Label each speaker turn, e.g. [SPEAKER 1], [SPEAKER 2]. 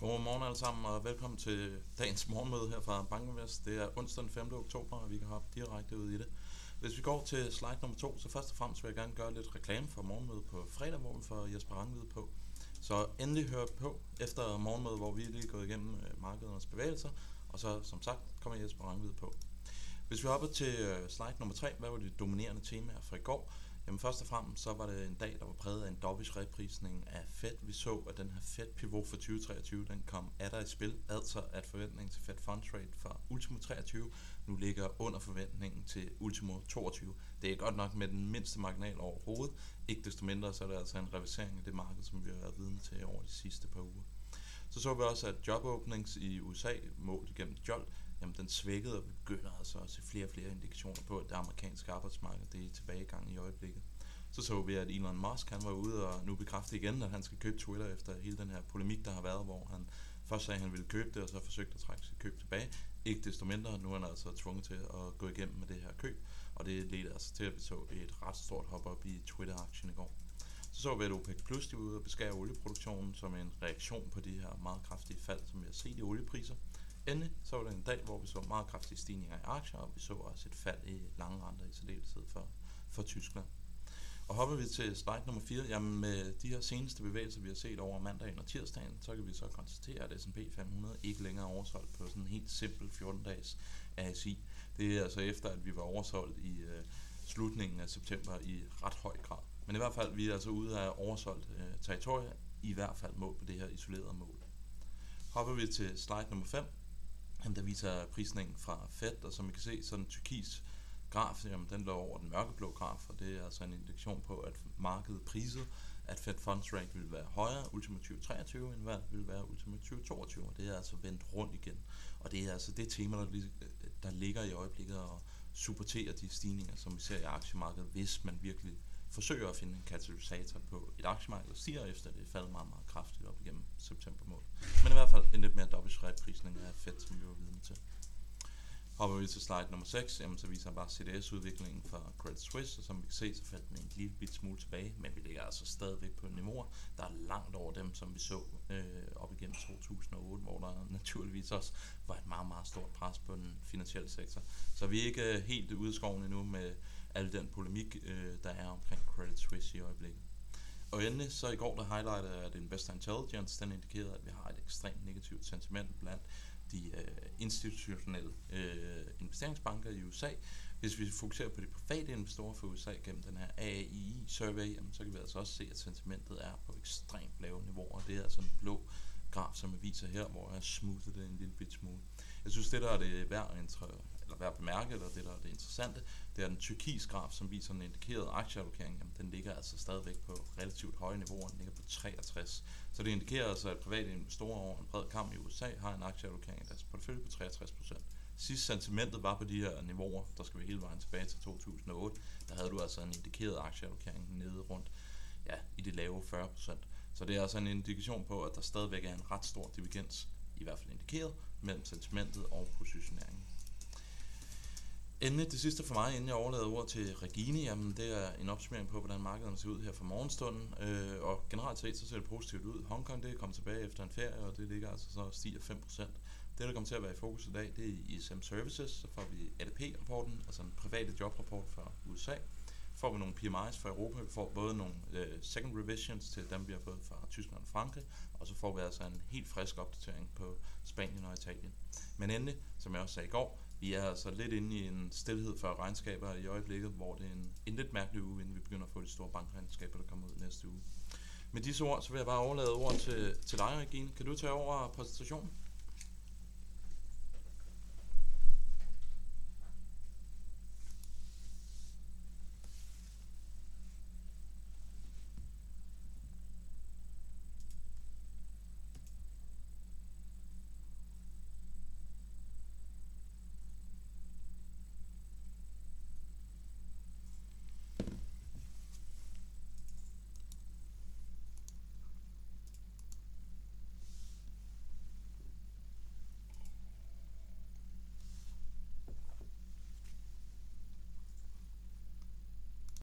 [SPEAKER 1] Godmorgen alle sammen, og velkommen til dagens morgenmøde her fra Bankinvest. Det er onsdag den 5. oktober, og vi kan hoppe direkte ud i det. Hvis vi går til slide nummer 2, så først og fremmest vil jeg gerne gøre lidt reklame for morgenmødet på fredag, hvor vi får Jesper Rangvid på. Så endelig hør på efter morgenmødet, hvor vi lige er gået igennem markedernes bevægelser, og så som sagt kommer Jesper Rangvid på. Hvis vi hopper til slide nummer 3, hvad var de dominerende temaer fra i går? Jamen først og fremmest så var det en dag, der var præget af en dovish reprisning af Fed. Vi så, at den her Fed pivot for 2023, den kom atter i spil, altså at forventningen til Fed Funds Rate for ultimo 23 nu ligger under forventningen til ultimo 22. Det er godt nok med den mindste marginal overhovedet. Ikke desto mindre, så er det altså en revisering af det marked, som vi har været vidne til over de sidste par uger. Så vi også, at jobopenings i USA målt igennem JOLT, jamen den svækkede, og vi begynder altså at se flere og flere indikationer på, at det amerikanske arbejdsmarked det er i tilbagegang i øjeblikket. Så vi, at Elon Musk han var ude og nu bekræfte igen, at han skal købe Twitter efter hele den her polemik, der har været, hvor han først sagde, at han ville købe det, og så forsøgte at trække sit køb tilbage. Ikke desto mindre, nu er han altså tvunget til at gå igennem med det her køb, og det ledte altså til, at vi så et ret stort hop op i Twitter-aktien i går. Så vi, at OPEC Plus de var ude og beskære olieproduktionen som en reaktion på de her meget kraftige fald, som vi har set i oliepriser. Endelig så var det en dag, hvor vi så meget kraftige stigninger i aktier, og vi så også et fald i lange renter i særdeleshed for Tyskland. Og hopper vi til slide nummer 4, jamen med de her seneste bevægelser, vi har set over mandagen og tirsdagen, så kan vi så konstatere, at S&P 500 ikke længere er oversolgt på sådan en helt simpel 14-dages ASI. Det er altså efter, at vi var oversolgt i slutningen af september i ret høj grad. Men i hvert fald, vi er altså ude af oversolgt territorie, i hvert fald mål på det her isolerede mål. Hopper vi til slide nummer 5, der viser prisningen fra Fed, og som I kan se, så den turkis graf, jamen, den lå over den mørkeblå graf, og det er altså en indikation på, at markedet prisede, at Fed Funds Rate ville være højere ultimo 2023, end hvad det ville være ultimo 2022, og det er altså vendt rundt igen. Og det er altså det tema, der ligger i øjeblikket og supporterer de stigninger, som vi ser i aktiemarkedet, hvis man virkelig forsøger at finde en katalysator på et aktiemarked, der stiger efter det faldt meget, meget kraftigt op igennem september måned. Men i hvert fald en lidt mere dovish reprisning af Fed, som vi var vidne til. Hopper vi til slide nummer 6, jamen, så viser han bare CDS-udviklingen for Credit Suisse, og som vi kan se, så faldt den en lille bit smule tilbage, men vi ligger altså stadigvæk på niveauer, der er langt over dem, som vi så op igennem 2008, hvor der naturligvis også var et meget, meget stort pres på den finansielle sektor. Så vi er ikke helt ude i skoven endnu med al den polemik, der er omkring Credit Suisse i øjeblikket. Og endelig, så i går, der highlightede at Investor Intelligence, den indikerede, at vi har et ekstremt negativt sentiment blandt de institutionelle investeringsbanker i USA. Hvis vi fokuserer på de private investorer for USA gennem den her AAII-survey, så kan vi altså også se, at sentimentet er på ekstremt lave niveauer. Det er altså en blå graf, som jeg viser her, hvor jeg smoother det en lille bit smule. Jeg synes, det der er det værd at bemærke, eller det der er det interessante, det er den turkis graf, som viser en indikeret aktieallokering. Jamen, den ligger altså stadigvæk på relativt høje niveauer, den ligger på 63. Så det indikerer altså, at private investorer over en bred kam i USA har en aktieallokering af deres portefølje på 63%. Sidst sentimentet var på de her niveauer, der skal vi hele vejen tilbage til 2008, der havde du altså en indikeret aktieallokering nede rundt i det lave 40%. Så det er altså en indikation på, at der stadigvæk er en ret stor divergens, i hvert fald indikeret, mellem sentimentet og positioneringen. Endelig det sidste for mig, inden jeg overlader ordet til Regine, jamen det er en opsummering på, hvordan markederne ser ud her for morgenstunden. Og generelt set, så ser det positivt ud. Hongkong, det er kommet tilbage efter en ferie, og det ligger altså så og stiger 5%. Det, der kommer til at være i fokus i dag, det er ISM Services. Så får vi ADP-rapporten, altså en private jobrapport fra USA. Får vi nogle PMI's fra Europa, vi får både nogle second revisions til dem, vi har fået fra Tyskland og Frankrig, og så får vi altså en helt frisk opdatering på Spanien og Italien. Men endelig, som jeg også sagde i går, vi er altså lidt inde i en stilhed for regnskaber i øjeblikket, hvor det er en lidt mærkelig uge, inden vi begynder at få de store bankregnskaber, der kommer ud næste uge. Med disse ord, så vil jeg bare overlade ordet til dig, Regine. Kan du tage over præsentationen?